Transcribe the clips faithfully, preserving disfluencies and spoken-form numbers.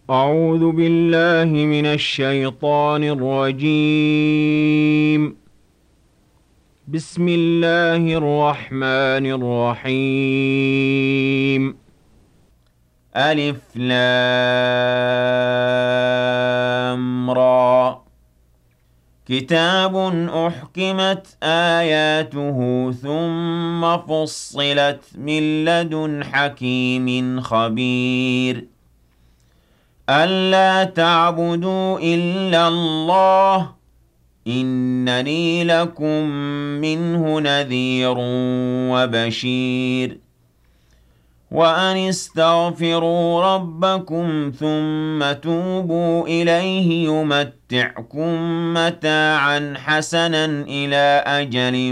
أعوذ بالله من الشيطان الرجيم. بسم الله الرحمن الرحيم. ألف لام را. كتاب أحكمت آياته ثم فصلت من لدن حكيم خبير. ألا تعبدوا إلا الله إنني لكم منه نذير وبشير. وأن استغفروا ربكم ثم توبوا إليه يمتعكم متاعا حسنا إلى أجل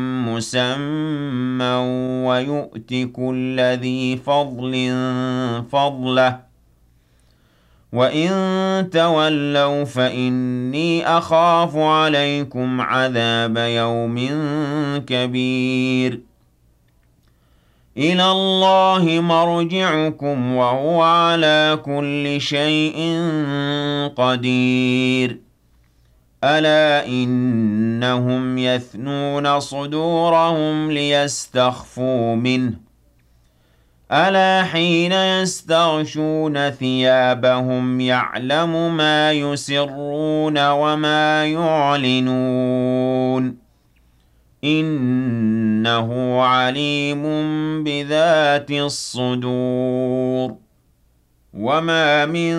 مسمى ويؤت كل ذي فضل فضله وَإِن تَوَلَّوْا فَإِنِّي أَخَافُ عَلَيْكُمْ عَذَابَ يَوْمٍ كَبِيرٍ. إِلَى اللَّهِ مَرْجِعُكُمْ وَهُوَ عَلَى كُلِّ شَيْءٍ قَدِيرٌ. أَلَا إِنَّهُمْ يَثْنُونَ صُدُورَهُمْ لِيَسْتَخْفُوا مِنْهُ ألا حين يستغشون ثيابهم يعلم ما يسرون وما يعلنون إنه عليم بذات الصدور. وما من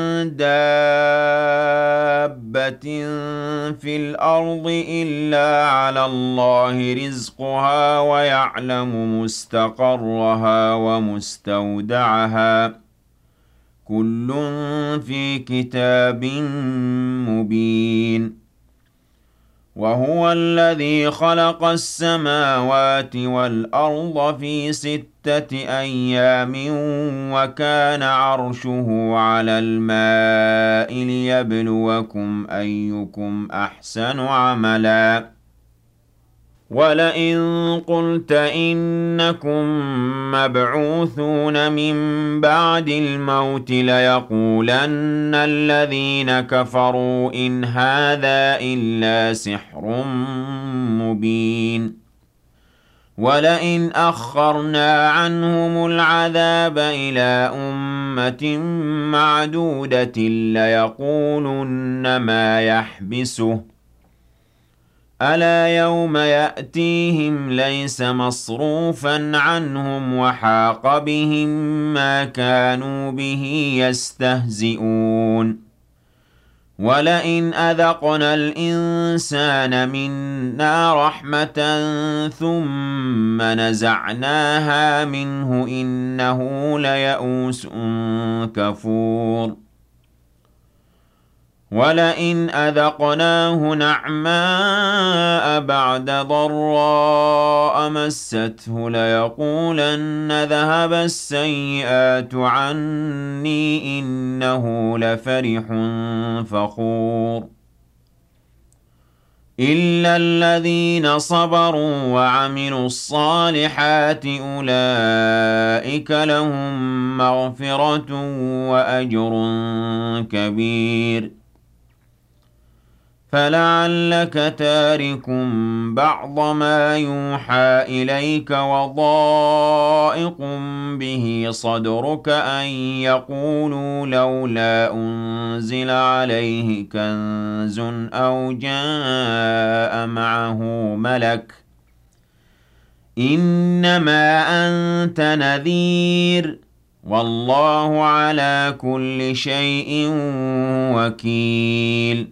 دابة في الأرض إلا على الله رزقها ويعلم مستقرها ومستودعها كل في كتاب مبين. وهو الذي خلق السماوات والأرض في ستة أيام وكان عرشه على الماء ليبلوكم أيكم أحسن عملا. ولئن قلت إنكم مبعوثون من بعد الموت ليقولن الذين كفروا إن هذا إلا سحر مبين. ولئن أخرنا عنهم العذاب إلى أمة معدودة ليقولن ما يحبسه ألا يوم يأتيهم ليس مصروفا عنهم وحاق بهم ما كانوا به يستهزئون. ولئن أذقنا الإنسان منا رحمة ثم نزعناها منه إنه ليئوس كفور. ولئن أذقناه نعماء بعد ضراء مسته ليقولن ذهب السيئات عني إنه لفرح فخور. إلا الذين صبروا وعملوا الصالحات أولئك لهم مغفرة وأجر كبير. فلعلك تارك بعض ما يوحى إليك وضائق به صدرك أن يقولوا لولا أنزل عليه كنز أو جاء معه ملك إنما أنت نذير والله على كل شيء وكيل.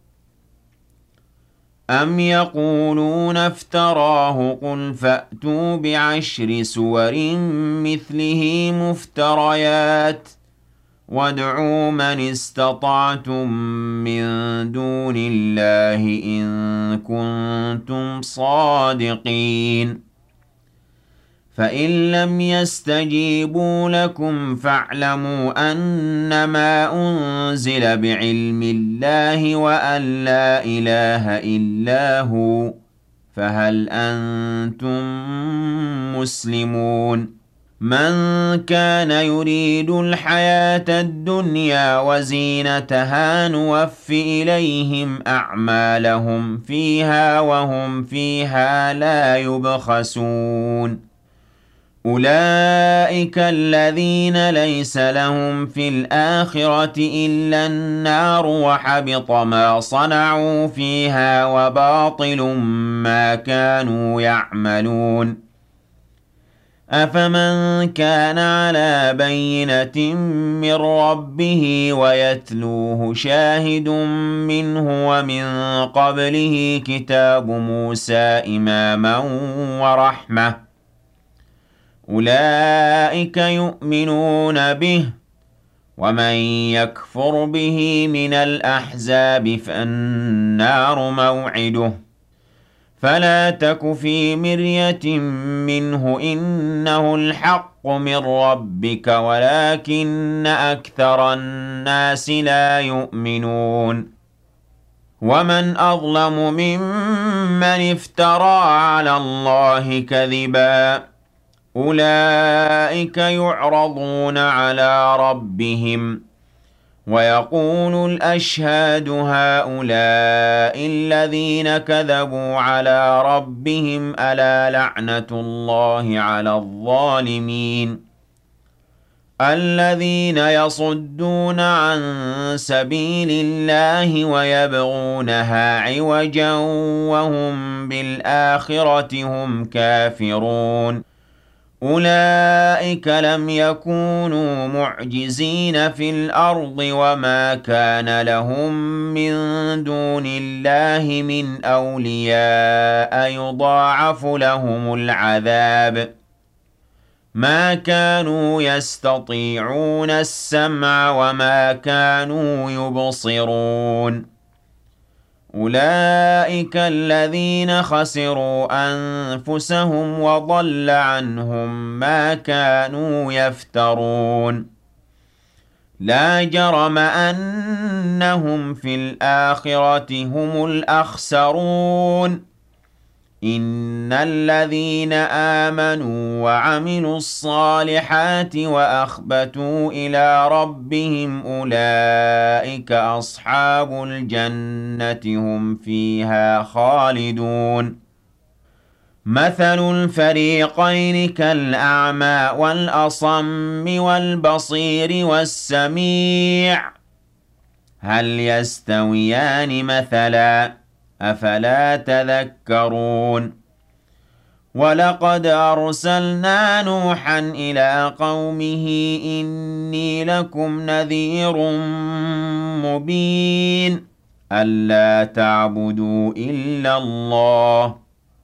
أم يقولون افتراه قل فأتوا بعشر سور مثله مفتريات وادعوا من استطعتم من دون الله إن كنتم صادقين. فإن لم يستجيبوا لكم فاعلموا أنما أنزل بعلم الله وأن لا إله إلا هو فهل أنتم مسلمون. من كان يريد الحياة الدنيا وزينتها نوف إليهم أعمالهم فيها وهم فيها لا يبخسون أولئك الذين ليس لهم في الآخرة إلا النار وحبط ما صنعوا فيها وباطل ما كانوا يعملون أفمن كان على بينة من ربه ويتلوه شاهد منه ومن قبله كتاب موسى إماما ورحمة أولئك يؤمنون به ومن يكفر به من الأحزاب فالنار موعده فلا تك في مرية منه إنه الحق من ربك ولكن أكثر الناس لا يؤمنون ومن أظلم ممن افترى على الله كذبا أولئك يعرضون على ربهم ويقول الأشهاد هؤلاء الذين كذبوا على ربهم ألا لعنة الله على الظالمين الذين يصدون عن سبيل الله ويبغونها عوجا وهم بالآخرة هم كافرون أولئك لم يكونوا معجزين في الأرض وما كان لهم من دون الله من أولياء يضاعف لهم العذاب ما كانوا يستطيعون السمع وما كانوا يبصرون أولئك الذين خسروا أنفسهم وضل عنهم ما كانوا يفترون لا جرم أنهم في الآخرة هم الأخسرون إن الذين آمنوا وعملوا الصالحات وأخبتوا إلى ربهم أولئك أصحاب الجنة هم فيها خالدون مثل الفريقين كالأعمى والأصم والبصير والسميع هل يستويان مثلاً أفلا تذكرون ولقد أرسلنا نوحا إلى قومه إني لكم نذير مبين ألا تعبدوا إلا الله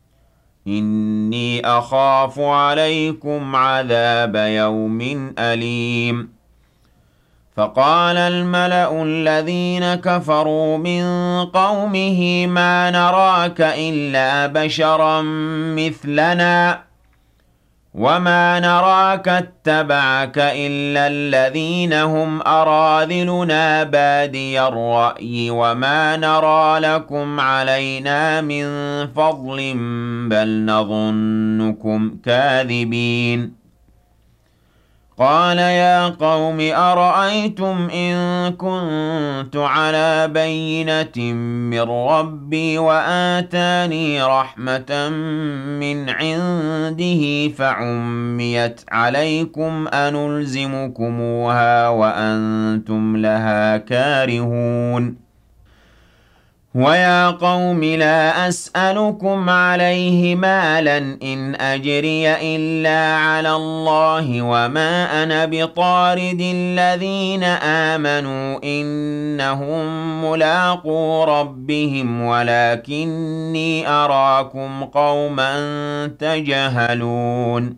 إني أخاف عليكم عذاب يوم أليم فقال الملأ الذين كفروا من قومه ما نراك إلا بشرا مثلنا وما نراك اتبعك إلا الذين هم أراذلنا بادي الرأي وما نرى لكم علينا من فضل بل نظنكم كاذبين قال يا قوم أرأيتم إن كنت على بينة من ربي وآتاني رحمة من عنده فعميت عليكم أنلزمكموها وأنتم لها كارهون ويا قوم لا أسألكم عليه مالا إن أجري إلا على الله وما أنا بطارد الذين آمنوا إنهم ملاقو ربهم ولكني أراكم قوما تجهلون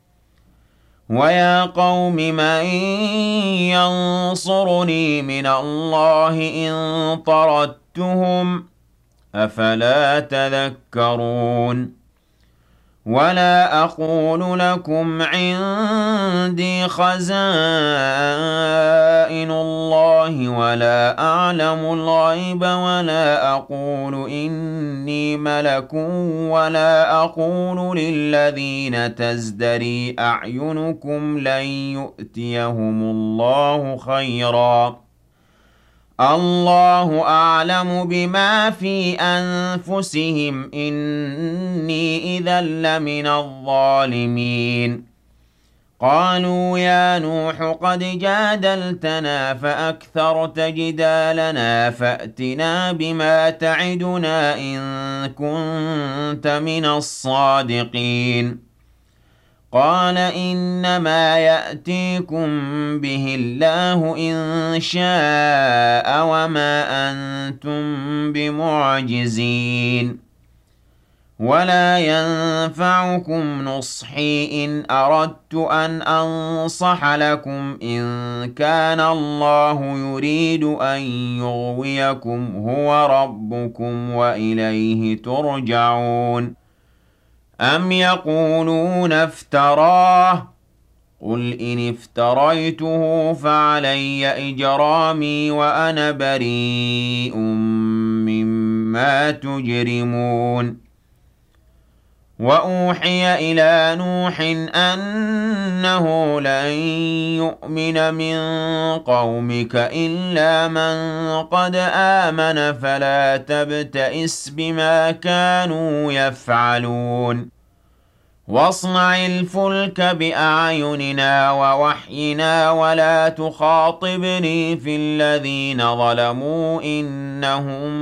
ويا قوم من ينصرني من الله إن طردت أفلا تذكرون ولا أقول لكم عندي خزائن الله اللَّهِ وَلَا أَعْلَمُ الْغَيْبَ وَلَا أَقُولُ إِنِّي مَلَكٌ وَلَا أَقُولُ لِلَّذِينَ تَزْدَرِي أَعْيُنُكُمْ لَن يُؤْتِيَهُمُ اللَّهُ خَيْرًا اللَّهُ أَعْلَمُ بِمَا فِي أَنفُسِهِمْ إِنِّي إِذًا لَّمِنَ الظَّالِمِينَ قالوا يا نوح قد جادلتنا فأكثرت جدالنا فأتنا بما تعدنا إن كنت من الصادقين قال إنما يأتيكم به الله إن شاء وما أنتم بمعجزين ولا ينفعكم نصحي إن أردت أن أنصح لكم إن كان الله يريد أن يغويكم هو ربكم وإليه ترجعون أم يقولون افتراه قل إن افتريته فعلي إجرامي وأنا بريء مما تجرمون وأوحي إلى نوح أنه لن يؤمن من قومك إلا من قد آمن فلا تبتئس بما كانوا يفعلون واصنع الفلك بأعيننا ووحينا ولا تخاطبني في الذين ظلموا إنهم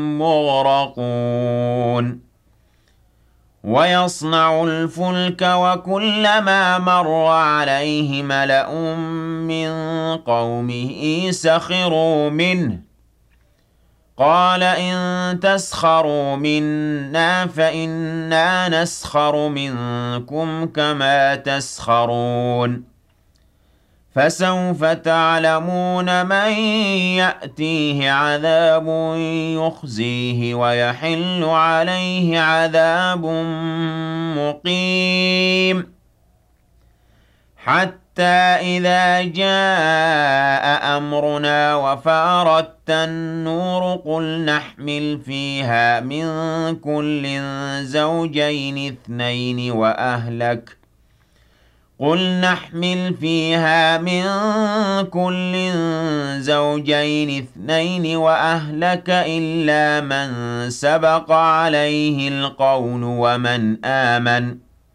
مغرقون ويصنع الفلك وكلما مر عليه ملأ من قومه سخروا منه قال إن تسخروا منا فإنا نسخر منكم كما تسخرون فسوف تعلمون من يأتيه عذاب يخزيه ويحل عليه عذاب مقيم حتى إذا جاء أمرنا وفارت النور قل نحمل فيها من كل زوجين اثنين وأهلك قل نحمل فيها من كل زوجين اثنين وأهلك إلا من سبق عليه القول ومن آمن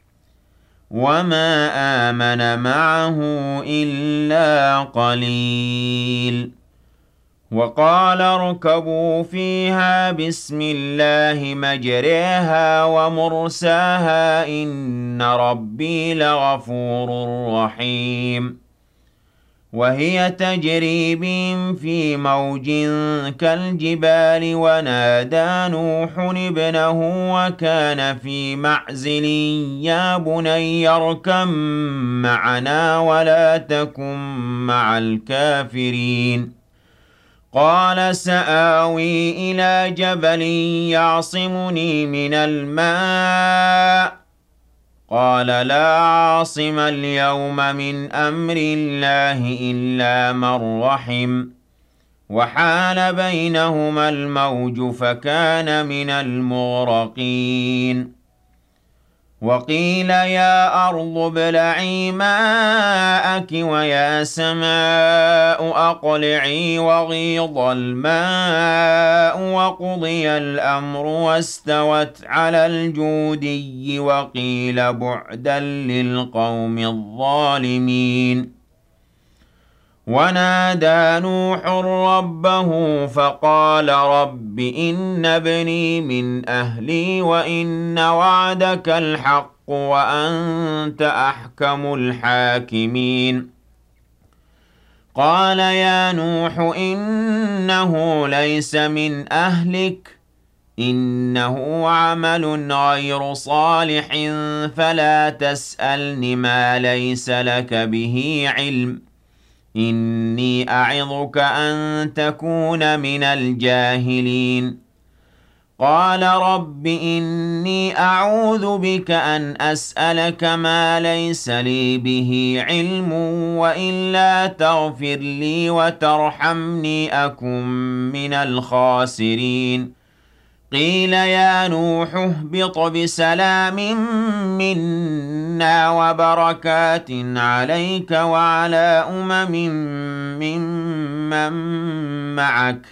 وما آمن معه إلا قليل وقال اركبوا فيها بسم الله مجريها ومرساها إن ربي لغفور رحيم وهي تجري بهم في موج كالجبال ونادى نوح ابنه وكان في معزل يا بني اركب معنا ولا تكن مع الكافرين قال سآوي إلى جبل يعصمني من الماء قال لا عاصم اليوم من أمر الله إلا من رحم وحال بينهما الموج فكان من المغرقين وقيل يا أرض ابلعي ماءك ويا سماء أقلعي وغيض الماء وقضي الأمر واستوت على الجودي وقيل بعدا للقوم الظالمين ونادى نوح ربه فقال رب إن ابني من أهلي وإن وعدك الحق وأنت أحكم الحاكمين قال يا نوح إنه ليس من أهلك إنه عمل غير صالح فلا تسألني ما ليس لك به علم إني أعظك أن تكون من الجاهلين قال رب إني أعوذ بك أن أسألك ما ليس لي به علم وإلا تغفر لي وترحمني أكن من الخاسرين قيل يا نوح اهبط بسلام منا وبركات عليك وعلى أمم ممن معك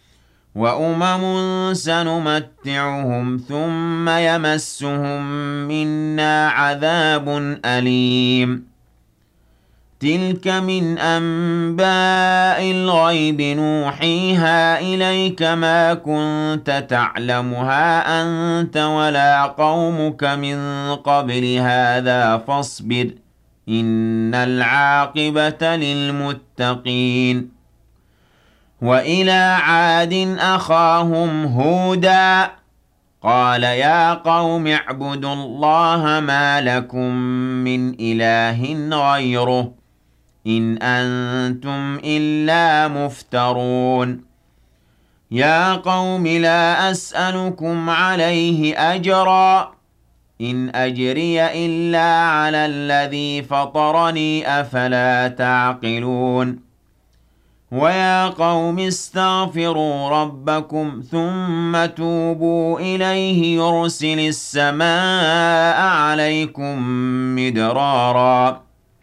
وأمم سنمتعهم ثم يمسهم منا عذاب أليم تلك من أنباء الغيب نوحيها إليك ما كنت تعلمها أنت ولا قومك من قبل هذا فاصبر إن العاقبة للمتقين وإلى عاد أخاهم هودا قال يا قوم اعبدوا الله ما لكم من إله غيره إن أنتم إلا مفترون يا قوم لا أسألكم عليه أجرا إن أجري إلا على الذي فطرني أفلا تعقلون ويا قوم استغفروا ربكم ثم توبوا إليه يرسل السماء عليكم مدرارا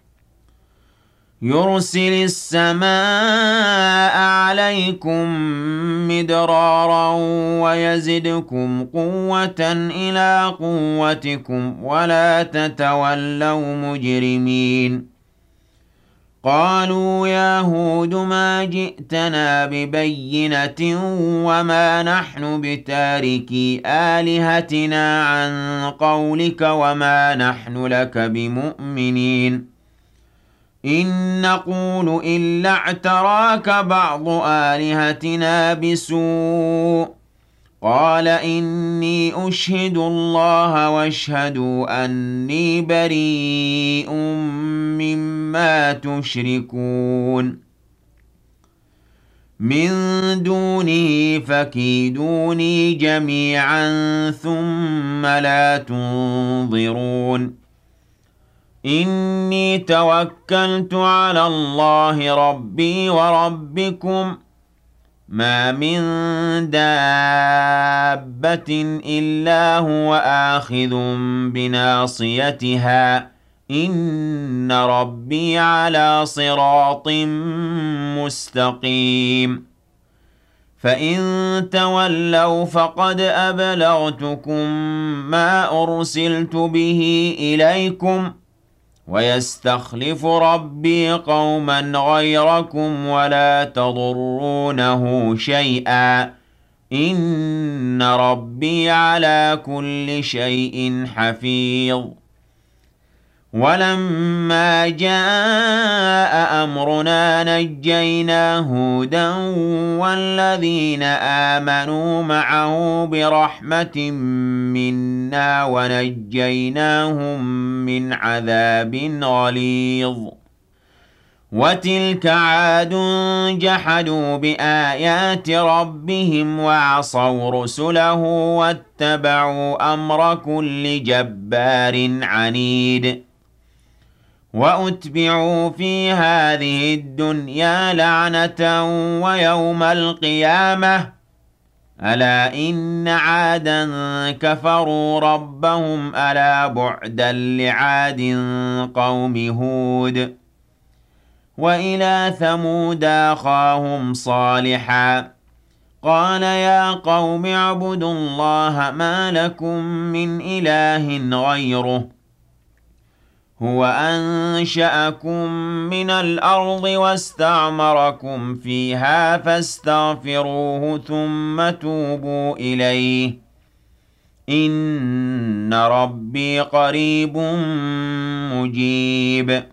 يرسل السماء عليكم مدرارا ويزدكم قوة إلى قوتكم ولا تتولوا مجرمين قالوا يا هود ما جئتنا ببينة وما نحن بتاركي آلهتنا عن قولك وما نحن لك بمؤمنين إن نقول إلا اعتراك بعض آلهتنا بسوء قال إني أشهد الله واشهدوا أني بريء مما تشركون من دونه فكيدوني جميعا ثم لا تنظرون إني توكلت على الله ربي وربكم ما من دابة إلا هو آخذ بناصيتها إن ربي على صراط مستقيم فإن تولوا فقد أبلغتكم ما أرسلت به إليكم ويستخلف ربي قوما غيركم ولا تضرونه شيئا إن ربي على كل شيء حفيظ ولما جاء أمرنا نجينا هودا والذين آمنوا معه برحمة منا ونجيناهم من عذاب غليظ وتلك عاد جحدوا بآيات ربهم وعصوا رسله واتبعوا أمر كل جبار عنيد وأتبعوا في هذه الدنيا لعنة ويوم القيامة ألا إن عادا كفروا ربهم ألا بعدا لعاد قوم هود وإلى ثمود أخاهم صالحا قال يا قوم اعبدوا الله ما لكم من إله غيره هو أنشأكم من الأرض واستعمركم فيها فاستغفروه ثم توبوا إليه إن ربي قريب مجيب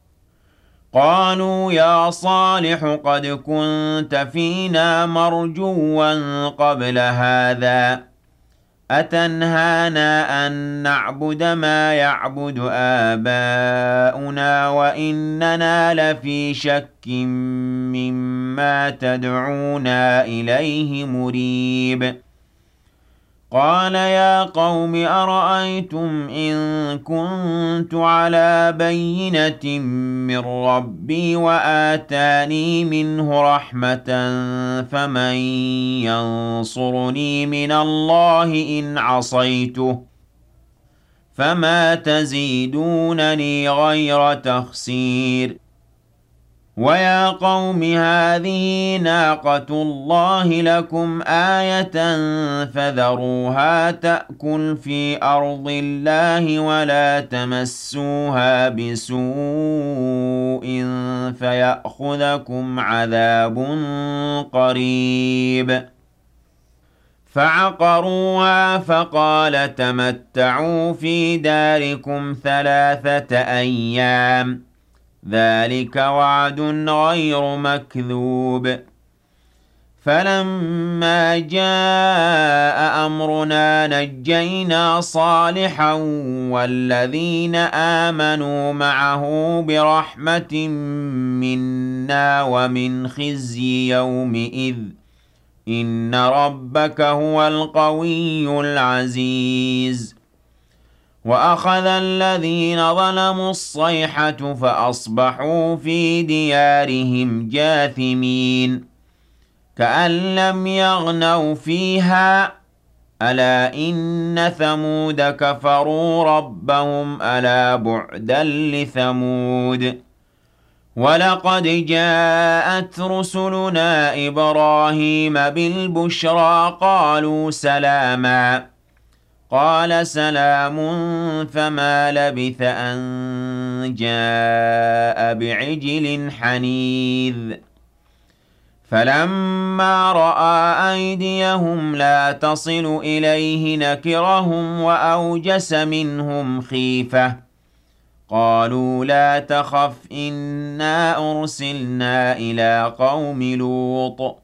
قالوا يا صالح قد كنت فينا مرجوا قبل هذا أتنهانا أن نعبد ما يعبد آباؤنا وإننا لفي شك مما تدعونا إليه مريب قال يا قوم أرأيتم إن كنت على بينة من ربي وآتاني منه رحمة فمن ينصرني من الله إن عصيته فما تزيدونني غير تخسير ويا قوم هذه ناقة الله لكم آية فذروها تأكل في أرض الله ولا تمسوها بسوء فيأخذكم عذاب قريب فعقروها فقال تمتعوا في داركم ثلاثة أيام ذلك وعد غير مكذوب فلما جاء أمرنا نجينا صالحا والذين آمنوا معه برحمة منا ومن خزي يومئذ إن ربك هو القوي العزيز وأخذ الذين ظلموا الصيحة فأصبحوا في ديارهم جاثمين كأن لم يغنوا فيها ألا إن ثمود كفروا ربهم ألا بعدا لثمود ولقد جاءت رسلنا إبراهيم بالبشرى قالوا سلاما قال سلام فما لبث أن جاء بعجل حنيذ فلما رأى أيديهم لا تصل إليه نكرهم وأوجس منهم خيفة قالوا لا تخف إنا أرسلنا إلى قوم لوط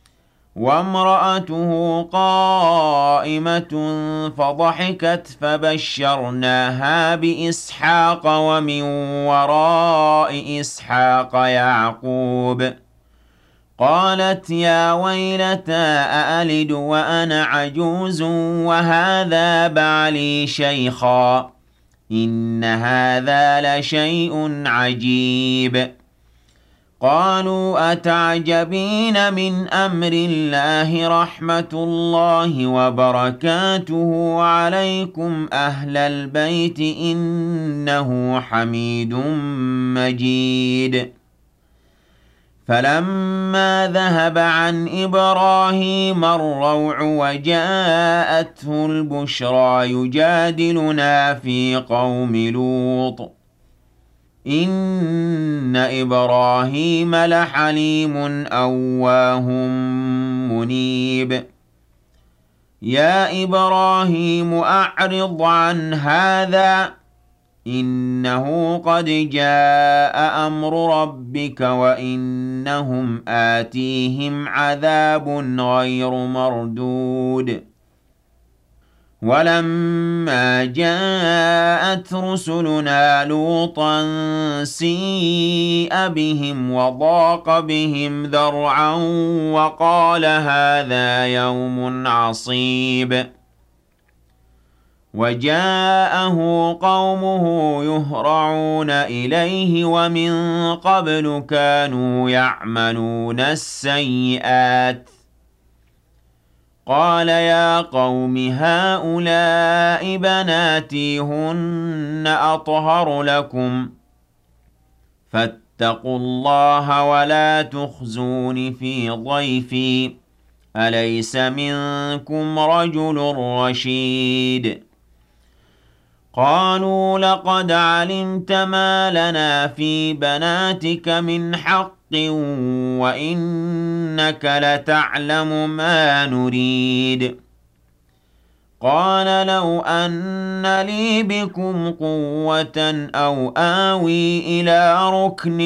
وامرأته قائمة فضحكت فبشرناها بإسحاق ومن وراء إسحاق يعقوب قالت يا ويلتى أألد وأنا عجوز وهذا بعلي شيخا إن هذا لشيء عجيب قالوا أتعجبين من أمر الله رحمة الله وبركاته عليكم أهل البيت إنه حميد مجيد فلما ذهب عن إبراهيم الروع وجاءته البشرى يجادلنا في قوم لوط إن إبراهيم لحليم أواه منيب يا إبراهيم أعرض عن هذا إنه قد جاء أمر ربك وإنهم آتيهم عذاب غير مردود ولما جاءت رسلنا لوطا سيء بهم وضاق بهم ذرعا وقال هذا يوم عصيب وجاءه قومه يهرعون إليه ومن قبل كانوا يعملون السيئات قال يا قوم هؤلاء بناتي هن أطهر لكم فاتقوا الله ولا تخزون في ضيفي أليس منكم رجل رشيد قالوا لقد علمت ما لنا في بناتك من حق وإنك لتعلم ما نريد قال لو أن لي بكم قوة أو آوي إلى ركن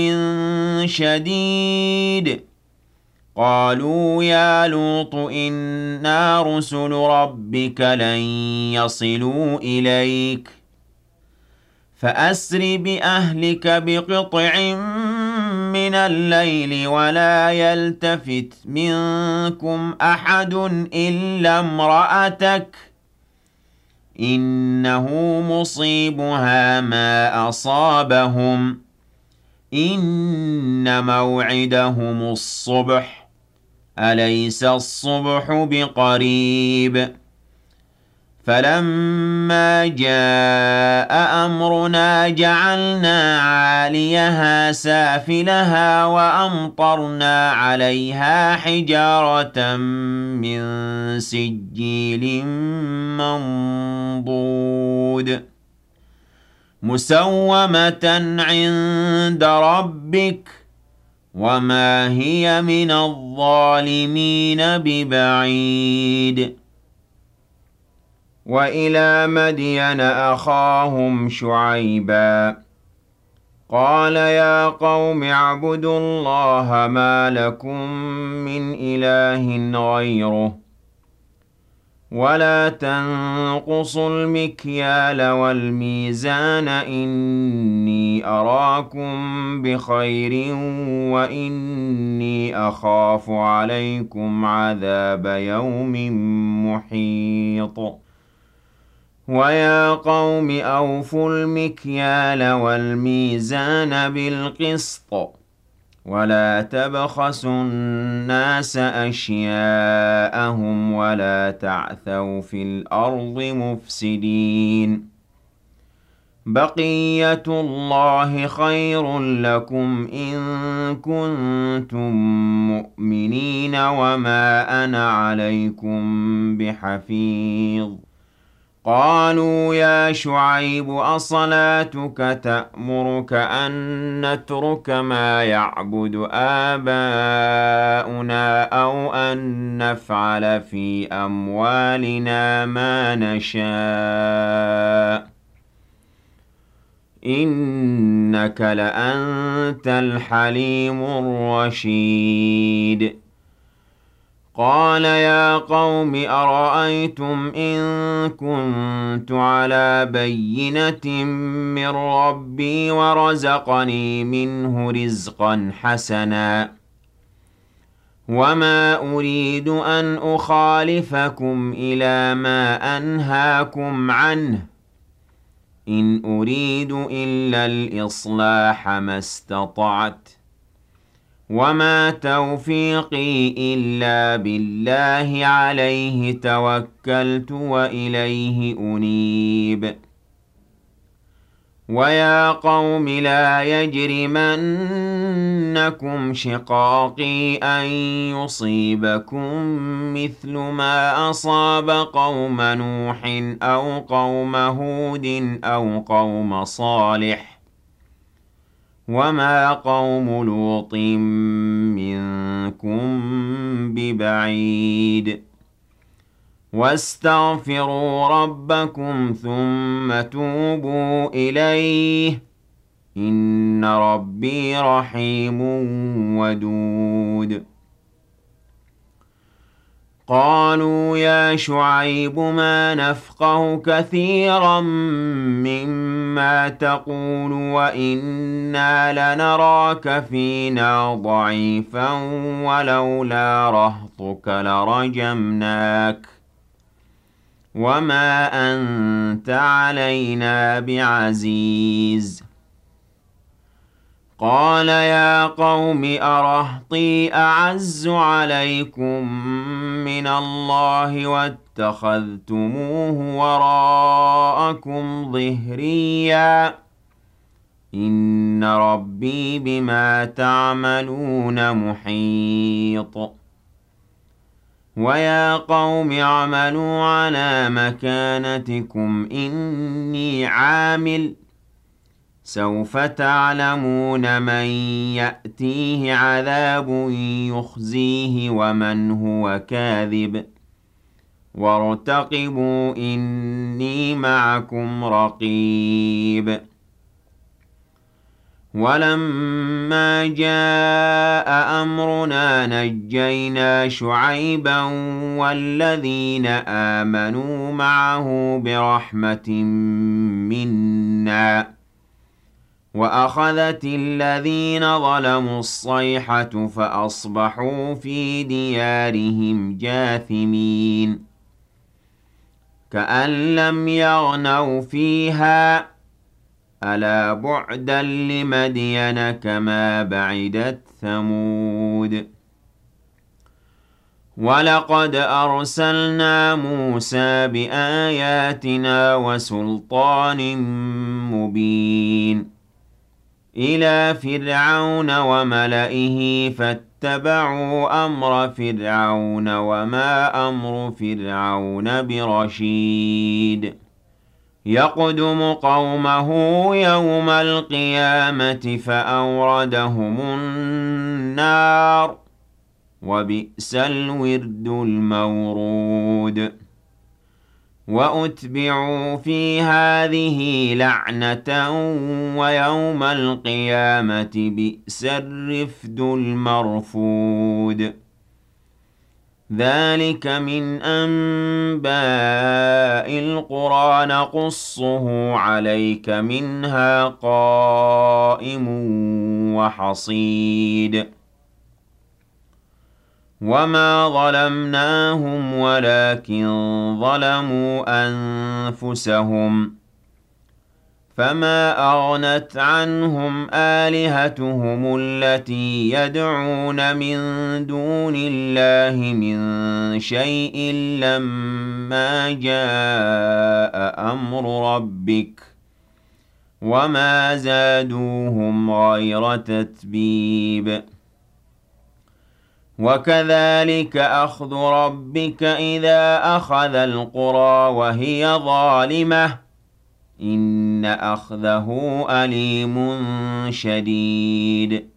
شديد قالوا يا لوط إنا رسل ربك لن يصلوا إليك فأسر بأهلك بقطع من من الليل ولا يلتفت منكم أحد إلا امرأتك إنه مصيبها ما أصابهم إن موعدهم الصبح أليس الصبح بقريب فلما جاء أمرنا جعلنا عاليها سافلها وأمطرنا عليها حجارة من سجيل منضود مسومة عند ربك وما هي من الظالمين ببعيد وإلى مدين أخاهم شعيبا قال يا قوم اعبدوا الله ما لكم من إله غيره ولا تنقصوا المكيال والميزان إني أراكم بخير وإني أخاف عليكم عذاب يوم محيط ويا قوم أوفوا المكيال والميزان بالقسط ولا تبخسوا الناس أشياءهم ولا تعثوا في الأرض مفسدين بقية الله خير لكم إن كنتم مؤمنين وما أنا عليكم بحفيظ قالوا يا شعيب أصلاتك تأمرك أن نترك ما يعبد آباؤنا أو أن نفعل في أموالنا ما نشاء إنك لأنت الحليم الرشيد قال يا قوم أرأيتم إن كنت على بينة من ربي ورزقني منه رزقا حسنا وما أريد أن أخالفكم إلى ما أنهاكم عنه إن أريد إلا الإصلاح ما استطعت وما توفيقي إلا بالله عليه توكلت وإليه أنيب ويا قوم لا يجرمنكم شقاقي أن يصيبكم مثل ما أصاب قوم نوح أو قوم هود أو قوم صالح وما قوم لوط منكم ببعيد واستغفروا ربكم ثم توبوا إليه إن ربي رحيم ودود قالوا يا شعيب ما نفقه كثيرا مما تقول وإنا لنراك فينا ضعيفا ولولا رهطك لرجمناك وما أنت علينا بعزيز قال يا قوم أرهطي أعز عليكم من الله واتخذتموه وراءكم ظهريا إن ربي بما تعملون محيط ويا قوم اعملوا على مكانتكم إني عامل سوف تعلمون من يأتيه عذاب يخزيه ومن هو كاذب وارتقبوا إني معكم رقيب ولما جاء أمرنا نجينا شعيبا والذين آمنوا معه برحمة منا وَأَخَذَتِ الَّذِينَ ظَلَمُوا الصَّيْحَةُ فَأَصْبَحُوا فِي دِيَارِهِمْ جَاثِمِينَ كَأَن لَّمْ يَغْنَوْا فِيهَا أَلَا بُعْدًا لِّمَدْيَنَ كَمَا بَعِدَتْ ثَمُودُ وَلَقَدْ أَرْسَلْنَا مُوسَىٰ بِآيَاتِنَا وَسُلْطَانٍ مُّبِينٍ إِلَىٰ فِرْعَوْنَ وَمَلَئِهِ فَاتَّبَعُوا أَمْرَ فِرْعَوْنَ وَمَا أَمْرُ فِرْعَوْنَ بِرَشِيدٍ يَقْدُمُ قَوْمَهُ يَوْمَ الْقِيَامَةِ فَأَوْرَدَهُمُ النَّارَ ۖ وَبِئْسَ الْوِرْدُ الْمَوْرُودُ وَأُتْبِعُوا فِي هَٰذِهِ لَعْنَةً وَيَوْمَ الْقِيَامَةِ بِئْسَ الرِّفْدُ الْمَرْفُودُ ذَٰلِكَ مِنْ أَنبَاءِ الْقُرَىٰ نَقُصُّهُ عَلَيْكَ ۖ مِنْهَا قَائِمٌ وَحَصِيدٌ وَمَا ظَلَمْنَاهُمْ وَلَٰكِن ظَلَمُوا أَنفُسَهُمْ فَمَا أَغْنَتْ عَنْهُمْ آلِهَتُهُمُ الَّتِي يَدْعُونَ مِن دُونِ اللَّهِ مِن شَيْءٍ لَّمَّا جَاءَ أَمْرُ رَبِّكَ ۖ وَمَا زَادُوهُمْ غَيْرَ تَتْبِيبٍ وَكَذَٰلِكَ أَخْذُ رَبِّكَ إِذَا أَخَذَ الْقُرَىٰ وَهِيَ ظَالِمَةٌ ۚ إِنَّ أَخْذَهُ أَلِيمٌ شَدِيدٌ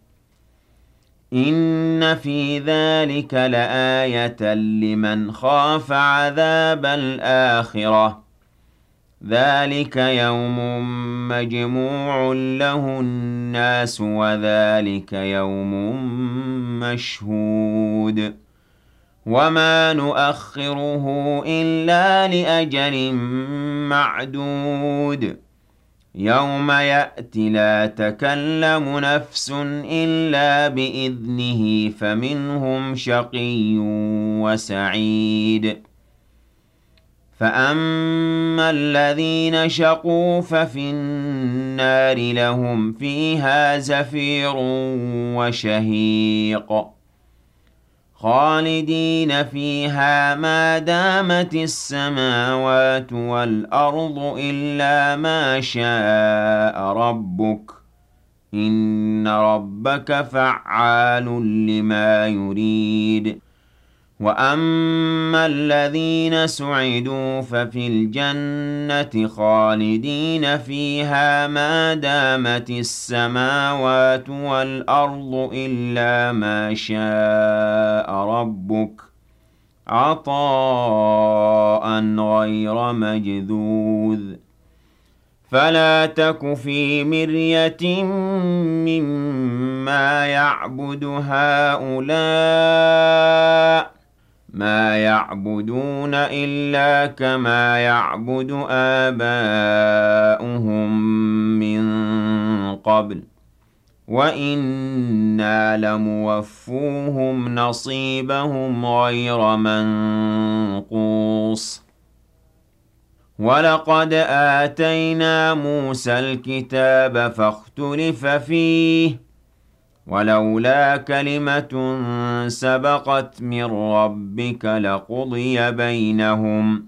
إِنَّ فِي ذَٰلِكَ لَآيَةً لِّمَنْ خَافَ عَذَابَ الْآخِرَةِ ۚ ذَٰلِكَ يَوْمٌ مَّجْمُوعٌ لَّهُ النَّاسُ وَذَٰلِكَ يَوْمٌ مَّشْهُودٌ وَمَا نُؤَخِّرُهُ إِلَّا لِأَجَلٍ مَّعْدُودٍ يَوْمَ يَأْتِ لَا تَكَلَّمُ نَفْسٌ إِلَّا بِإِذْنِهِ فَمِنْهُمْ شَقِيٌّ وَسَعِيدٌ فَأَمَّا الَّذِينَ شَقُوا فَفِي النَّارِ لَهُمْ فِيهَا زَفِيرٌ وَشَهِيقٌ خَالِدِينَ فِيهَا مَا دَامَتِ السَّمَاوَاتُ وَالْأَرْضُ إِلَّا مَا شَاءَ رَبُّكَ ۚ إِنَّ رَبَّكَ فَعَّالٌ لِّمَا يُرِيدُ وَأَمَّا الَّذِينَ سُعِدُوا فَفِي الْجَنَّةِ خَالِدِينَ فِيهَا مَا دَامَتِ السَّمَاوَاتُ وَالْأَرْضُ إِلَّا مَا شَاءَ رَبُّكَ ۚ عَطَاءً غَيْرَ مَجْذُوذٍ فَلَا تَكُ فِي مِرْيَةٍ مِّمَّا يَعْبُدُ هَٰؤُلَاءِ ۚ مَا يَعْبُدُونَ إِلَّا كَمَا يَعْبُدُ آبَاؤُهُم مِّن قَبْلُ ۚ وَإِنَّا لَمُوَفُّوهُمْ نَصِيبَهُمْ غَيْرَ مَنقُوصٍ وَلَقَدْ آتَيْنَا مُوسَى الْكِتَابَ فَاخْتُلِفَ فِيهِ وَلَوْلَا كَلِمَةٌ سَبَقَتْ مِن رَّبِّكَ لَقُضِيَ بَيْنَهُمْ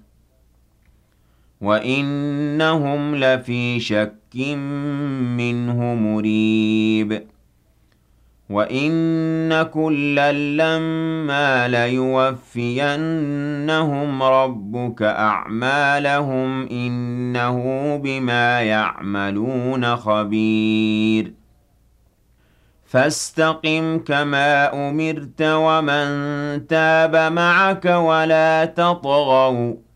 وَإِنَّهُمْ لَفِي شَكٍّ مِّنْهُ مُرِيبٍ وَإِنَّ كُلًّا لَّمَّا لَيُوَفِّيَنَّهُمْ رَبُّكَ أَعْمَالَهُمْ ۚ إِنَّهُ بِمَا يَعْمَلُونَ خَبِيرٌ فَاسْتَقِمْ كَمَا أُمِرْتَ وَمَن تَابَ مَعَكَ وَلَا تَطْغَوْا ۚ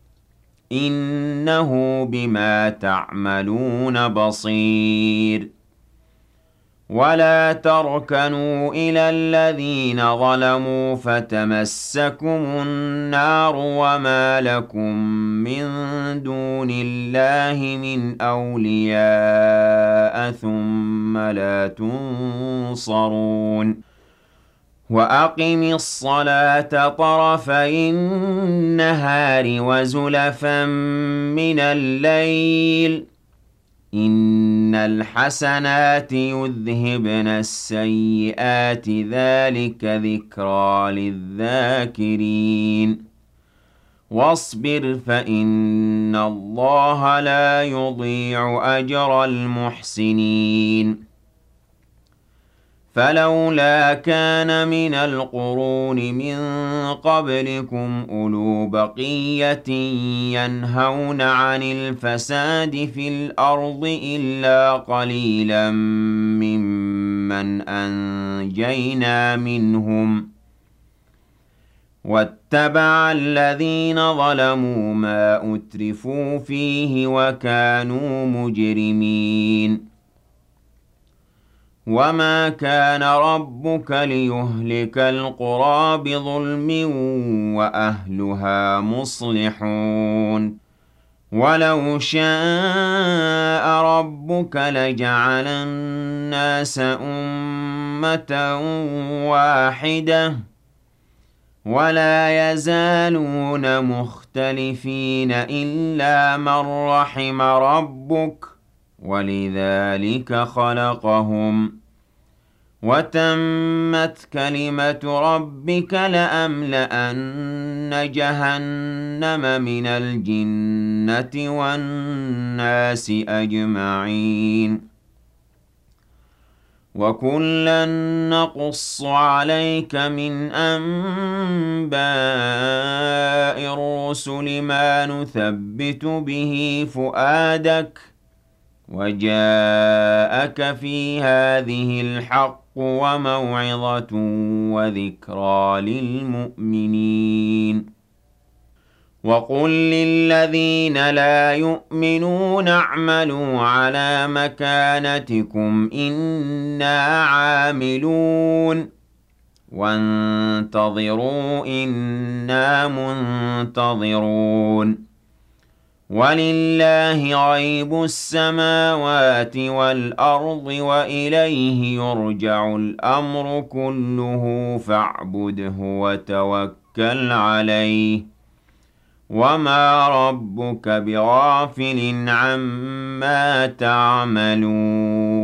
إِنَّهُ بِمَا تَعْمَلُونَ بَصِيرٌ ولا تركنوا إلى الذين ظلموا فتمسكم النار وما لكم من دون الله من أولياء ثم لا تنصرون وأقم الصلاة طرفي النهار وزلفا من الليل إن الحسنات يذهبن السيئات ذلك ذكرى للذاكرين واصبر فإن الله لا يضيع أجر المحسنين فلولا كان من القرون من قبلكم أولو بقية ينهون عن الفساد في الأرض إلا قليلا ممن أنجينا منهم واتبع الذين ظلموا ما أترفوا فيه وكانوا مجرمين وما كان ربك ليهلك القرى بظلم وأهلها مصلحون ولو شاء ربك لجعل الناس أمة واحدة ولا يزالون مختلفين إلا من رحم ربك ولذلك خلقهم وتمت كلمة ربك لأملأن جهنم من الجنة والناس أجمعين وكلا نقص عليك من أنباء الرسل ما نثبت به فؤادك وجاءك في هذه الحق وموعظة وذكرى للمؤمنين وقل للذين لا يؤمنون اعملوا على مكانتكم إنا عاملون وانتظروا إنا منتظرون ولله غيب السماوات والأرض وإليه يرجع الأمر كله فاعبده وتوكل عليه وما ربك بغافل عما تعملون